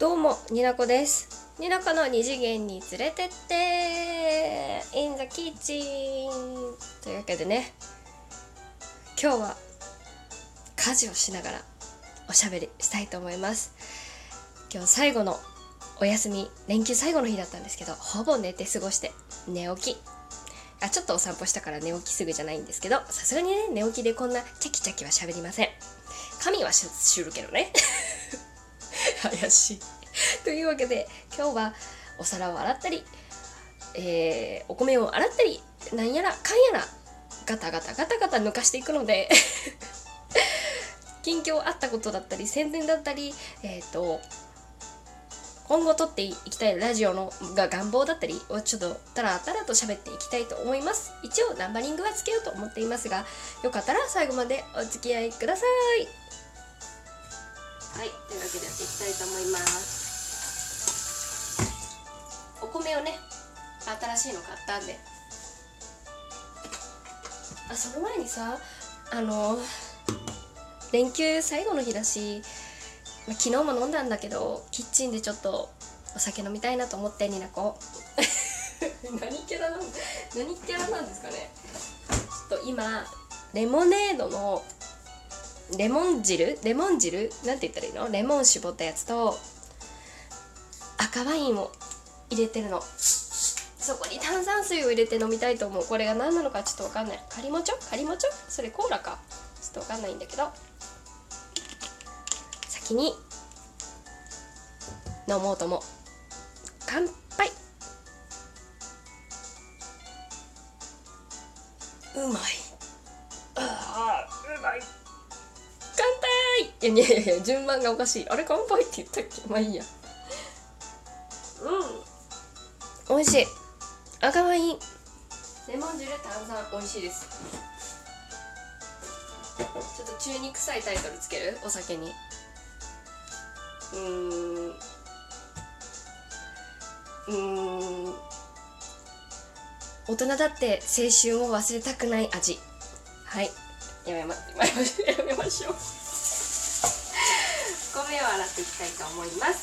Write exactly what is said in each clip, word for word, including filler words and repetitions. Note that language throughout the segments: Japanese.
どうもになこです。になこの二次元に連れてってin the kitchen というわけでね、今日は家事をしながらおしゃべりしたいと思います。今日最後のお休み、連休最後の日だったんですけど、ほぼ寝て過ごして寝起きあちょっとお散歩したから寝起きすぐじゃないんですけど、さすがにね寝起きでこんなチャキチャキはしゃべりません。髪はしゅるけどね怪しいというわけで、今日はお皿を洗ったり、えー、お米を洗ったり、なんやらかんやらガタガタガタガタ抜かしていくので近況あったことだったり宣伝だったり、えーと今後撮っていきたいラジオのが願望だったりをちょっとタラタラと喋っていきたいと思います。一応ナンバリングはつけようと思っていますが、よかったら最後までお付き合いください。はい、というわけでやっていきたいと思います。お米をね、新しいの買ったんで、あその前にさ、あの連休最後の日だし、まあ、昨日も飲んだんだけど、キッチンでちょっとお酒飲みたいなと思って、になこ何キャラなん何キャラなんですかね。ちょっと今レモネードのレモン汁レモン汁なんて言ったらいいの、レモン絞ったやつと赤ワインを入れてるの。そこに炭酸水を入れて飲みたいと思う。これが何なのかちょっと分かんない。カリモチョカリモチョそれコーラかちょっと分かんないんだけど、先に飲もうとも。乾杯。うまい。あーうまい。乾杯。いやいやいや順番がおかしい。あれ乾杯って言ったっけ。まあいいや。うん美味しい。赤ワインレモン汁炭酸美味しいです。ちょっと中に臭いタイトルつけるお酒に。うーんうーん大人だって青春を忘れたくない味。はいやめまやめましょう米を洗っていきたいと思います。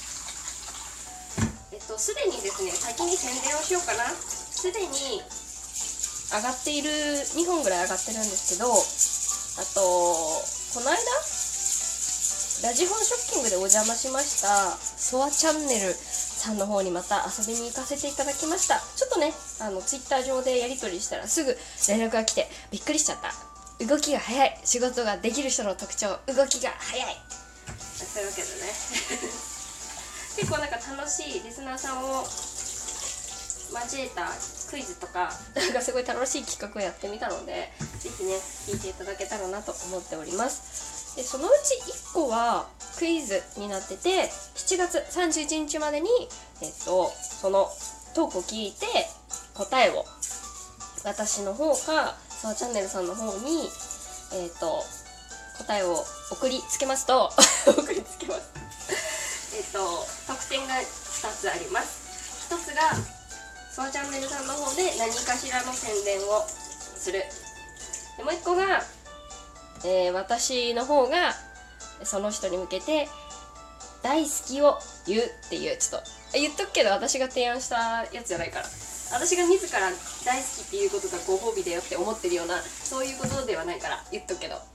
えっとすでにですね、先に宣伝をしようかな。すでに上がっているにほんぐらい上がってるんですけど、あとこの間ラジフォンショッキングでお邪魔しましたソワチャンネルさんの方にまた遊びに行かせていただきました。ちょっとねあのツイッター上でやり取りしたらすぐ連絡が来てびっくりしちゃった。動きが早い、仕事ができる人の特徴、動きが早い。そういうわけでね結構なんか楽しいリスナーさんを交えたクイズとかなんかすごい楽しい企画をやってみたので、ぜひね聞いていただけたらなと思っております。でそのうちいっこはクイズになってて、しちがつさんじゅういちにちまでに、えっと、そのトークを聞いて答えを私の方かソワチャンネルさんの方に、えっと、答えを送りつけますと送りつけますえっと特典がふたつあります。ひとつがソワチャンネルさんの方で何かしらの宣伝をする。でもういっこが、えー、私の方がその人に向けて大好きを言うっていう、ちょっと言っとくけど私が提案したやつじゃないから、私が自ら大好きっていうことがご褒美だよって思ってるようなそういうことではないから言っとくけど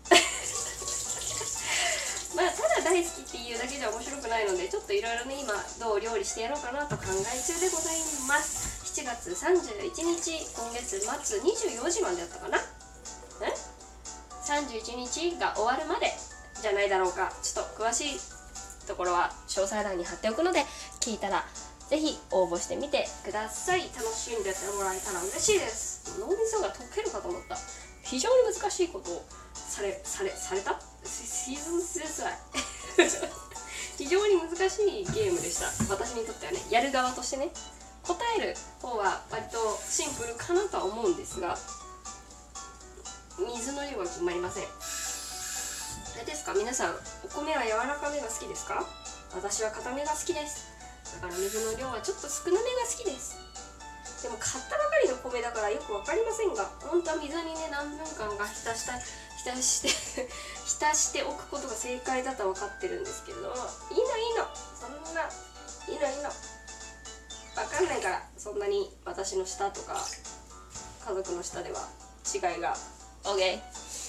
まあただ大好きっていうだけじゃ面白くないので、ちょっといろいろね今どう料理してやろうかなと考え中でございます。しちがつさんじゅういちにち今月末にじゅうよじまでだったかな。えさんじゅういちにちが終わるまでじゃないだろうか。ちょっと詳しいところは詳細欄に貼っておくので、聞いたらぜひ応募してみてください。楽しんでてもらえたら嬉しいです。脳みそが溶けるかと思った。非常に難しいことをされされされたシーズンスー非常に難しいゲームでした、私にとってはね。やる側としてね、答える方は割とシンプルかなとは思うんですが、水の量が決まりません。あれですか皆さん、お米は柔らかめが好きですか？私は固めが好きです。だから水の量はちょっと少なめが好きです。でも買ったばかりの米だからよく分かりませんが、本当は水にね何分間か浸した浸して浸しておくことが正解だとは分かってるんですけれども、いいのいいの、そんないいのいいの、分かんないから。そんなに私の舌とか家族の舌では違いが OK。 よ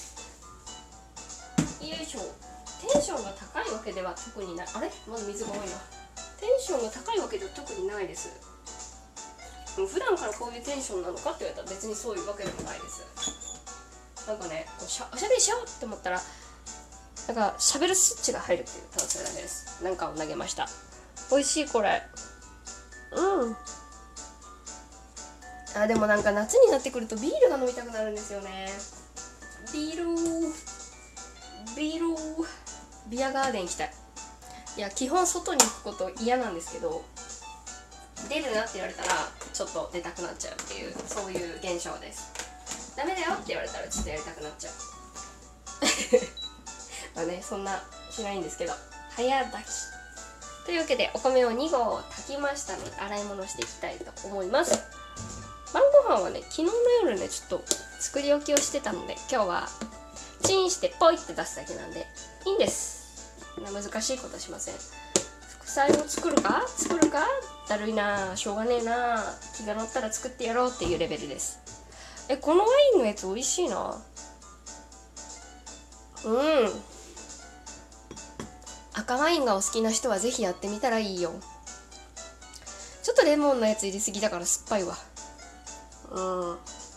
いしょ。テンションが高いわけでは特にない。あれまだ水が多いな。テンションが高いわけでは特にないです。普段からこういうテンションなのかって言われたら別にそういうわけでもないです。なんかね、おしゃ、おしゃべりしようって思ったらなんか喋るスイッチが入るっていう、ただそれだけです。なんかを投げました。美味しいこれ。うんあ、でもなんか夏になってくるとビールが飲みたくなるんですよね。ビールビールビアガーデン行きたい。いや基本外に行くこと嫌なんですけど、出るなって言われたらちょっと出たくなっちゃうっていう、そういう現象です。ダメだよって言われたらちょっとやりたくなっちゃうまあね、そんなしないんですけど、早炊きというわけでお米をに合炊きましたので洗い物していきたいと思います。晩ご飯はね、昨日の夜ねちょっと作り置きをしてたので、今日はチンしてポイって出すだけなんでいいんです。難しいことはしません。副菜を作るか作るかだるいな、しょうがねえな、気が乗ったら作ってやろうっていうレベルです。え、このワインのやつ美味しいな。うん赤ワインがお好きな人はぜひやってみたらいいよ。ちょっとレモンのやつ入れすぎだから酸っぱいわ。うん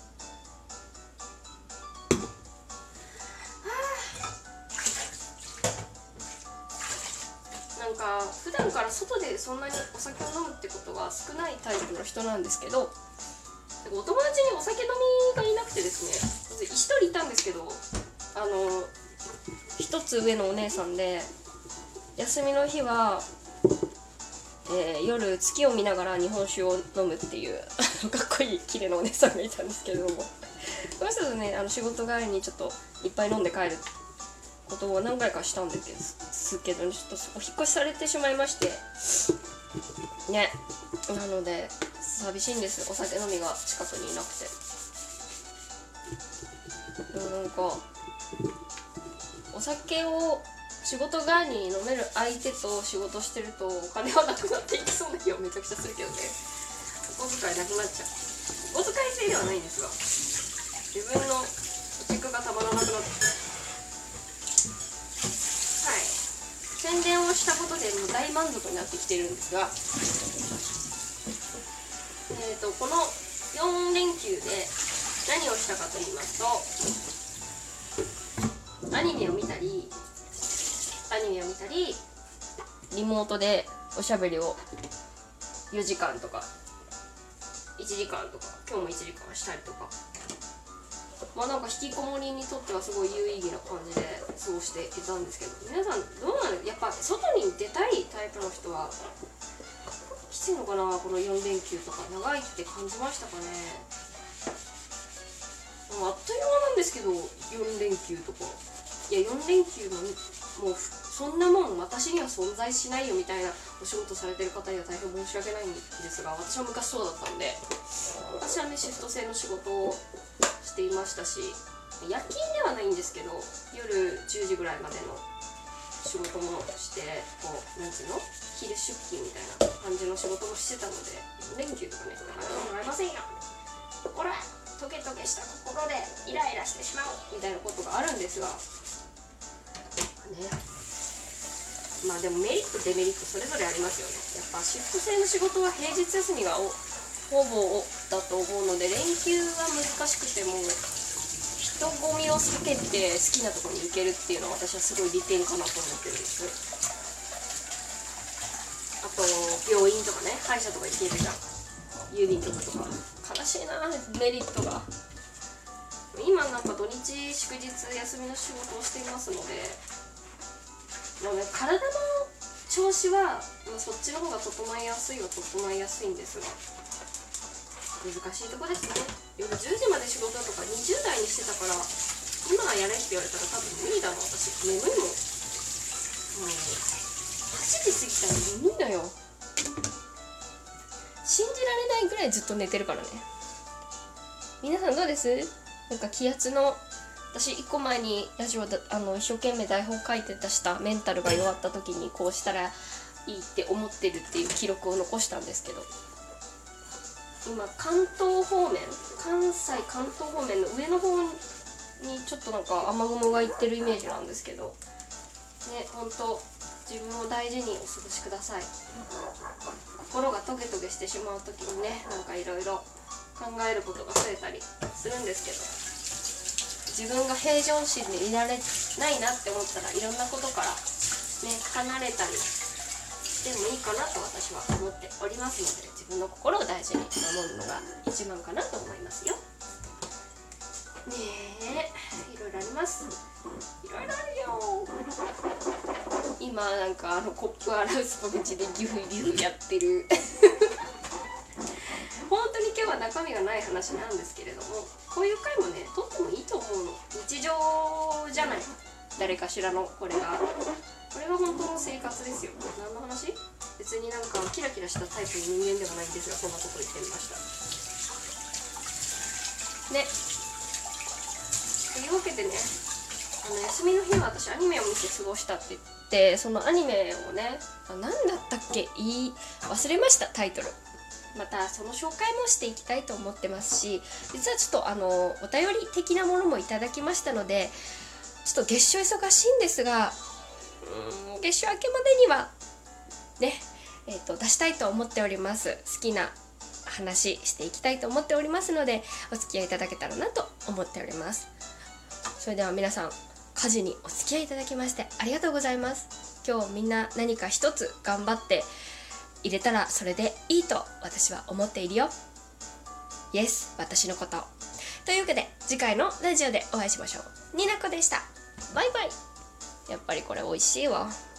なんか普段から外でそんなにお酒を飲むってことが少ないタイプの人なんですけど、お友達にお酒飲みがいなくてですね、一人いたんですけど、あの一つ上のお姉さんで、休みの日は、えー、夜月を見ながら日本酒を飲むっていうかっこいい綺麗なお姉さんがいたんですけれども、この人とね、あの仕事帰りにちょっといっぱい飲んで帰ることを何回かしたんですけど、ちょっとお引っ越しされてしまいましてね、なので寂しいんです、お酒飲みが近くにいなくて。でもなんかお酒を仕事帰りに飲める相手と仕事してるとお金はなくなっていきそうな気はめちゃくちゃするけどね。お小遣いなくなっちゃう。お小遣い制ではないんですが、自分の貯蓄がたまらなくなって、はい、宣伝をしたことでもう大満足になってきてるんですが、えーとこのよん連休で何をしたかと言いますと、アニメを見たりアニメを見たりリモートでおしゃべりをよじかんとかいちじかんとか、今日もいちじかんしたりとか、まあなんか引きこもりにとってはすごい有意義な感じで過ごしていたんですけど、皆さんどうなの？やっぱ外に出たいタイプの人はきついのかな。このよん連休とか長いって感じましたかね。あっという間なんですけどよん連休とか、いやよん連休ももうそんなもん私には存在しないよみたいなお仕事されてる方には大変申し訳ないんですが、私は昔そうだったんで、私はねシフト制の仕事をしていましたし、夜勤ではないんですけど夜じゅうじぐらいまでの仕事もして、こうなんていうの、昼出勤みたいな感じの仕事もしてたので、連休とかねやってもらえませんよ、ほらトゲトゲした心でイライラしてしまうみたいなことがあるんですがね。まあでもメリットデメリットそれぞれありますよね。やっぱシフト制の仕事は平日休みがほぼだと思うので、連休は難しくても人混みを避けて好きなところに行けるっていうのは私はすごい利点かなと思ってるんです。あと病院とかね、歯医者とか行けるじゃん、郵便局とか。悲しいなメリットが。今なんか土日祝日休みの仕事をしていますので、まあね、体の調子は、まあ、そっちの方が整いやすいは整いやすいんですが、難しいとこですね。夜じゅうじまで仕事とかにじゅう代にしてたから、今やれって言われたら多分無理だな。私眠いもん。もうはちじ過ぎたら眠いのよ。信じられないぐらいずっと寝てるからね。皆さんどうです？なんか気圧の私いっこまえにラジオだあの一生懸命台本書いて出したメンタルが弱った時にこうしたらいいって思ってるっていう記録を残したんですけど、今関東方面、関西関東方面の上の方にちょっとなんか雨雲がいってるイメージなんですけどね、ほんと自分を大事にお過ごしください。心がトゲトゲしてしまう時にね、なんかいろいろ考えることが増えたりするんですけど、自分が平常心でいられないなって思ったらいろんなことからね離れたりしてもいいかなと私は思っておりますので、自分の心を大事に守るのが一番かなと思いますよ。ねえ、いろいろあります。いろいろあるよ。今なんかあのコップ洗うスポンジでギュフギュフやってる本当に今日は中身がない話なんですけれども、こういう回もね撮ってもいいと思うの。日常じゃない、誰かしらのこれがこれが本当の生活ですよ。何の話？別になんかキラキラしたタイプの人間ではないんですが、そんなこと言ってみましたね。というわけでね、あの休みの日は私アニメを見て過ごしたって言って、そのアニメをね、何だったっけ、言い忘れました、タイトル。またその紹介もしていきたいと思ってますし、実はちょっとあのお便り的なものもいただきましたので、ちょっと月賞忙しいんですが、うーん月賞明けまでにはね、えーと出したいと思っております。好きな話していきたいと思っておりますので、お付き合いいただけたらなと思っております。それでは皆さん、家事にお付き合いいただきましてありがとうございます。今日みんな何か一つ頑張って入れたらそれでいいと私は思っているよ。イエス、私のこと。というわけで次回のラジオでお会いしましょう。になこでした。バイバイ。やっぱりこれ美味しいわ。